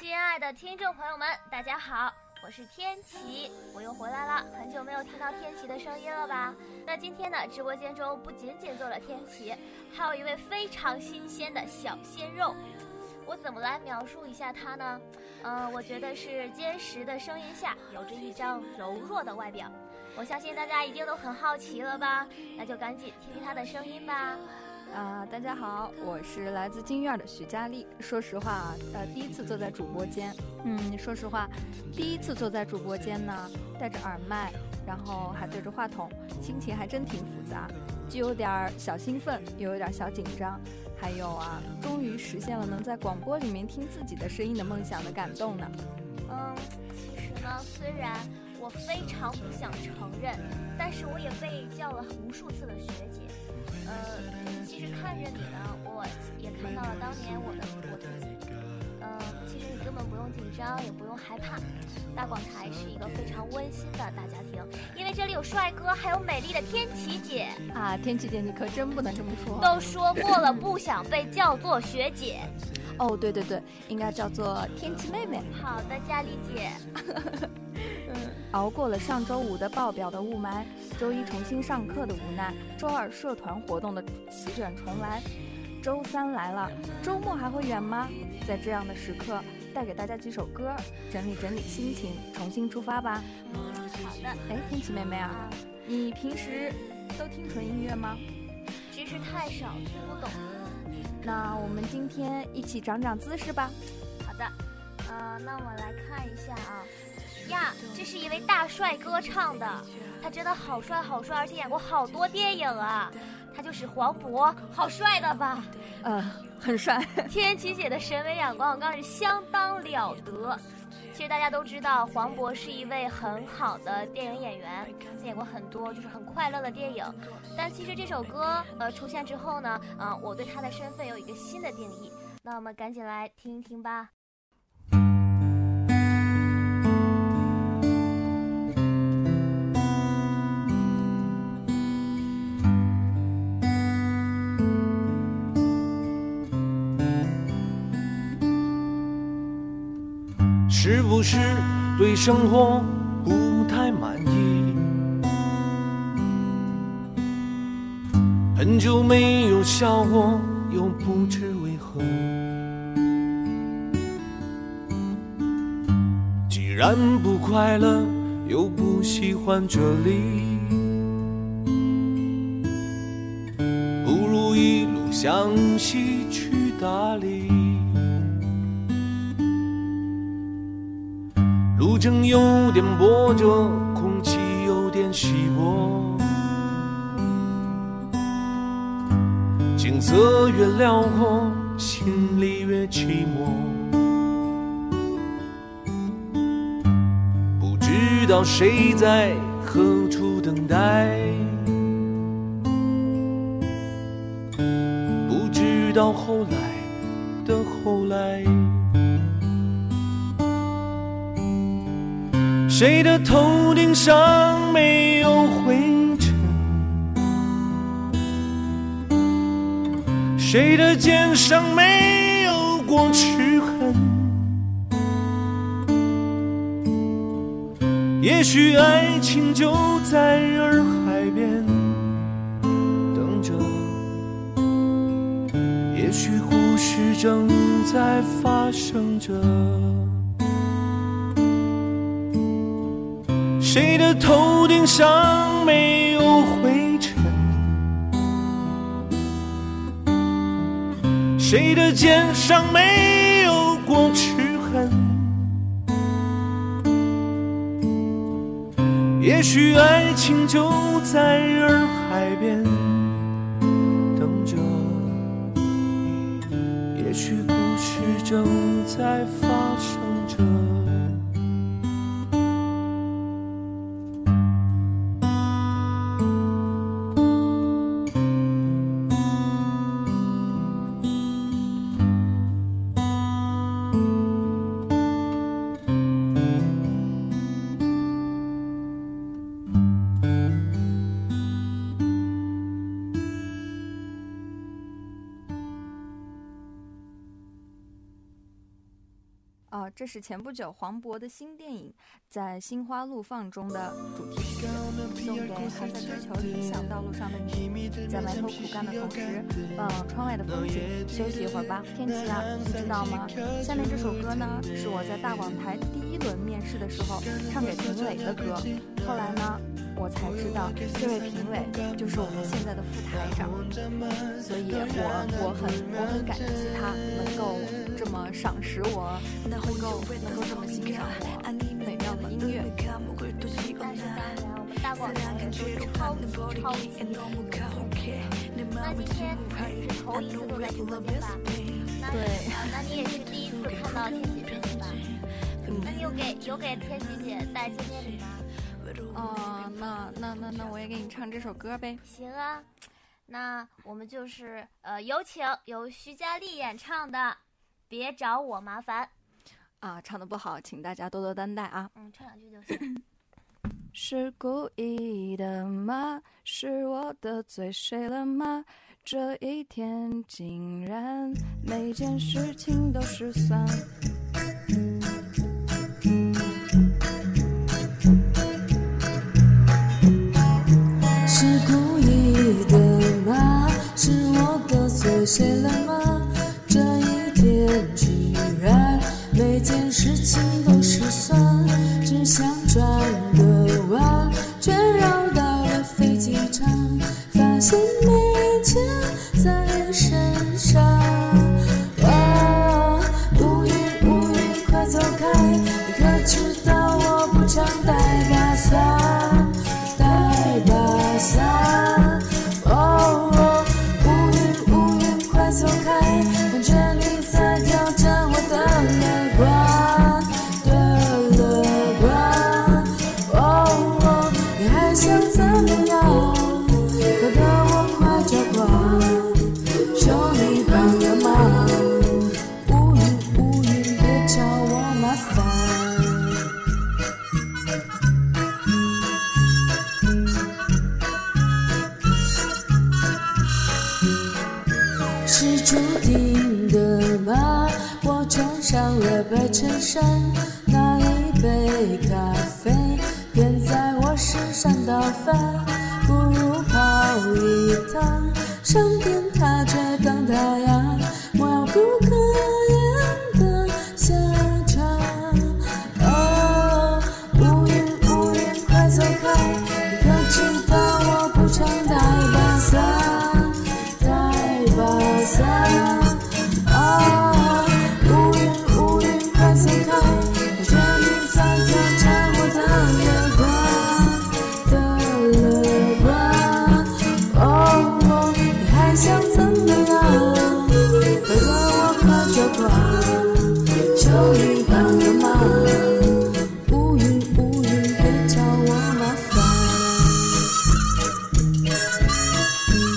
亲爱的听众朋友们，大家好，我是天琪，我又回来了，很久没有听到天琪的声音了吧？那今天呢，直播间中不仅仅坐了天琪，还有一位非常新鲜的小鲜肉。我怎么来描述一下他呢？我觉得是坚实的声音下有着一张柔弱的外表。我相信大家一定都很好奇了吧？那就赶紧听听他的声音吧。 大家好，我是来自金院的许佳丽。说实话，第一次坐在主播间，说实话，第一次坐在主播间呢，戴着耳麦，然后还对着话筒，心情还真挺复杂，既有点小兴奋，又有点小紧张，还有终于实现了能在广播里面听自己的声音的梦想的感动呢。 其实呢，虽然我非常不想承认，但是我也被叫了无数次的学姐。其实看着你呢，我也看到了当年我自己。其实你根本不用紧张，也不用害怕。大广台是一个非常温馨的大家庭，因为这里有帅哥，还有美丽的天琪姐啊！天琪姐，你可真不能这么说。 都说过了，不想被叫做学姐。 哦，对对对，应该叫做天琪妹妹。 好的，佳丽姐。 熬过了上周五的爆表的雾霾，周一重新上课的无奈，周二社团活动的席卷重来，周三来了，周末还会远吗？在这样的时刻，带给大家几首歌，整理整理心情，重新出发吧。 好的。 天琪妹妹啊，你平时都听纯音乐吗？ 知识太少，听不懂。 那我们今天一起长长姿势吧。 好的。那我们来看一下呀，这是一位大帅哥唱的，他真的好帅好帅，而且演过好多电影啊。他就是黄渤，好帅的吧？ 很帅。 天琪姐的审美眼光我告诉你相当了得。其实大家都知道黄渤是一位很好的电影演员，他演过很多就是很快乐的电影。但其实这首歌出现之后呢，我对他的身份有一个新的定义。那我们赶紧来听一听吧。 是不是对生活不太满意？很久没有笑过，又不知为何。既然不快乐，又不喜欢这里，不如一路向西去大理。路程有点波折，空气有点稀薄，景色越辽阔，心里越寂寞。不知道谁在何处等待，不知道后来的后来。谁的头顶上没有灰尘？谁的肩上没有过齿痕？也许爱情就在洱海边等着，也许故事正在发生着。谁的头顶上没有灰尘？谁的肩上没有过齿痕？也许爱情就在洱海边等着，也许故事正在发生着。 这是前不久黄渤的新电影在心花怒放中的主题曲，送给还在追求理想道路上的你，在埋头苦干的同时望窗外的风景，休息一会儿吧。天琪啊，你知道吗？下面这首歌呢是我在大广台第1轮面试的时候唱给评委的歌，后来呢我才知道这位评委就是我们现在的副台长，所以我很感激他能够这么赏识我，能够这么欣赏我美妙的音乐。 但是当年我们大广台都是超级那今天你是头一次坐在直播间吧？ 对， 那你也是第一次看到天琪姐姐吧？那你有给天琪姐带见面礼吗？ 那我也给你唱这首歌呗。 行啊，那我们就是有请由徐佳丽演唱的《别找我麻烦》 啊，唱得不好，请大家多多担待啊。 唱2句就行。 是故意的吗？是我得罪谁了吗？这一天竟然每件事情都失算。 是故意的吗？是我得罪谁了吗？这一天居然每件事情都失算，只想转个弯，却绕到了飞机场，发现没钱在身上。啊，乌云快走开，你可知道我不常带把伞，带把伞。哦，乌云快走开，看着你在挑战我的乐观，乐观。哦，你还想怎么样？搞得我快抓狂，求你帮个忙。乌云别找我麻烦。是注定的吗？我穿上了白衬衫，那一杯咖啡便在我身上倒翻，不如跑一趟，上天它却当太阳，我要不可言的下场。哦，乌云快走开，你可知道我不常带把伞，带把伞。啊，乌云快走开，看着你在挑战我的乐观，哦，你还想怎么样？搞得我快抓狂，求你帮个忙。乌云别找我麻烦。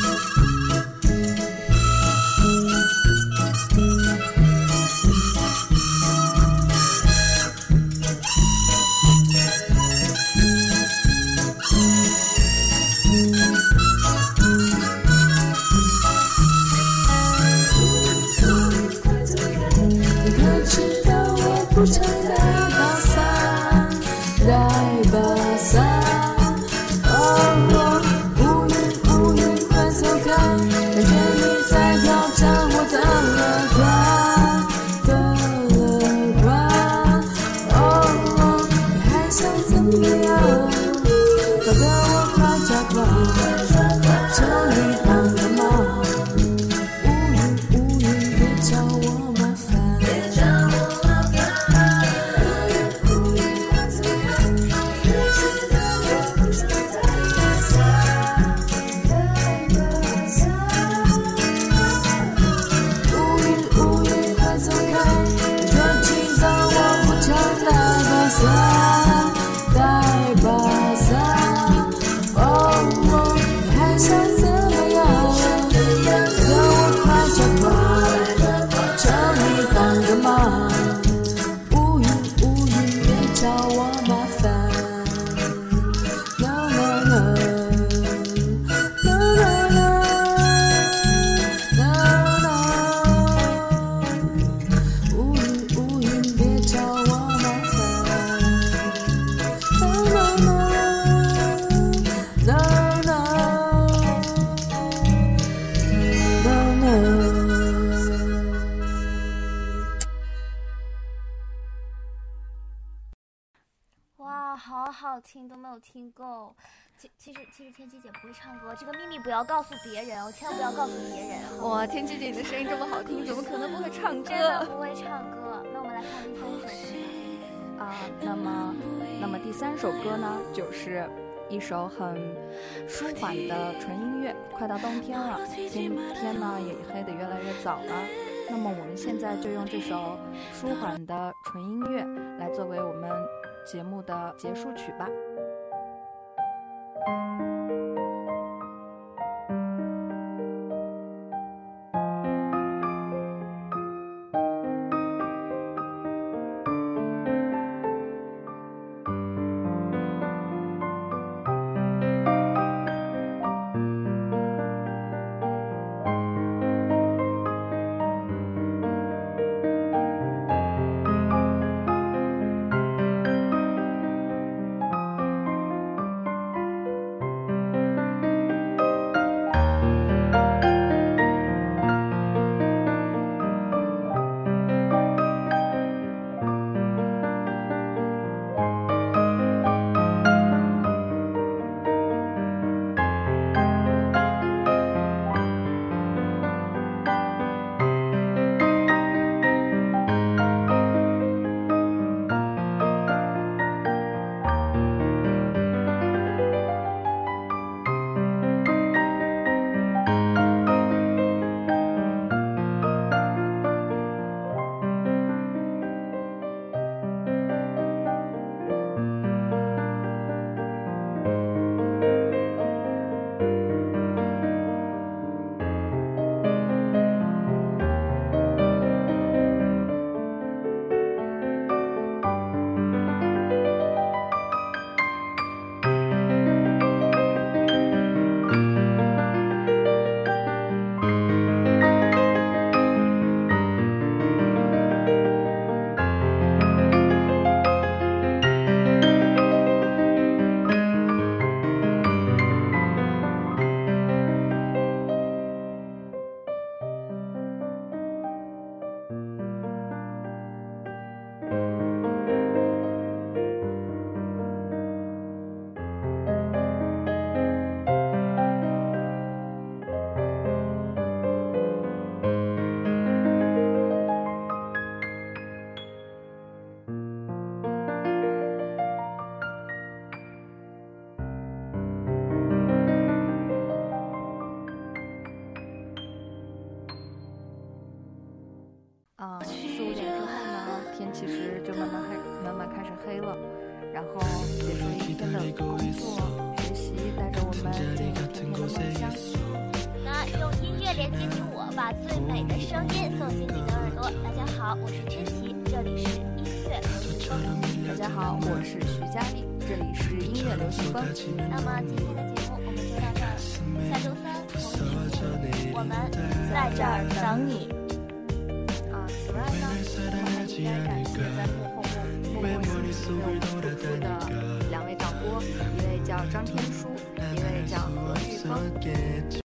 听都没有听够。其实天琪姐不会唱歌，这个秘密不要告诉别人哦，千万不要告诉别人。 哇，天琪姐你的声音这么好听，怎么可能不会唱歌？ 真的不会唱歌。那我们来看第3首歌啊。那么第3首歌呢，就是一首很舒缓的纯音乐。快到冬天了，天呢也黑得越来越早了。那么我们现在就用这首舒缓的纯音乐来作为我们节目的结束曲吧。4、5点之后呢，天其实就慢慢开始黑了，然后结束一天的工作学习，带着我们进入甜甜的梦乡。 那用音乐连接你我，把最美的声音送进你的耳朵。大家好，我是天琪，这里是音乐流行风。 大家好，我是徐佳丽，这里是音乐流行风。 那么今天的节目我们就到这儿，下周3同一时间我们在这儿等你。此外呢，我们还应该感谢在幕后默默辛勤为我们付出的 2位导播，一位叫张天舒，一位叫何玉峰。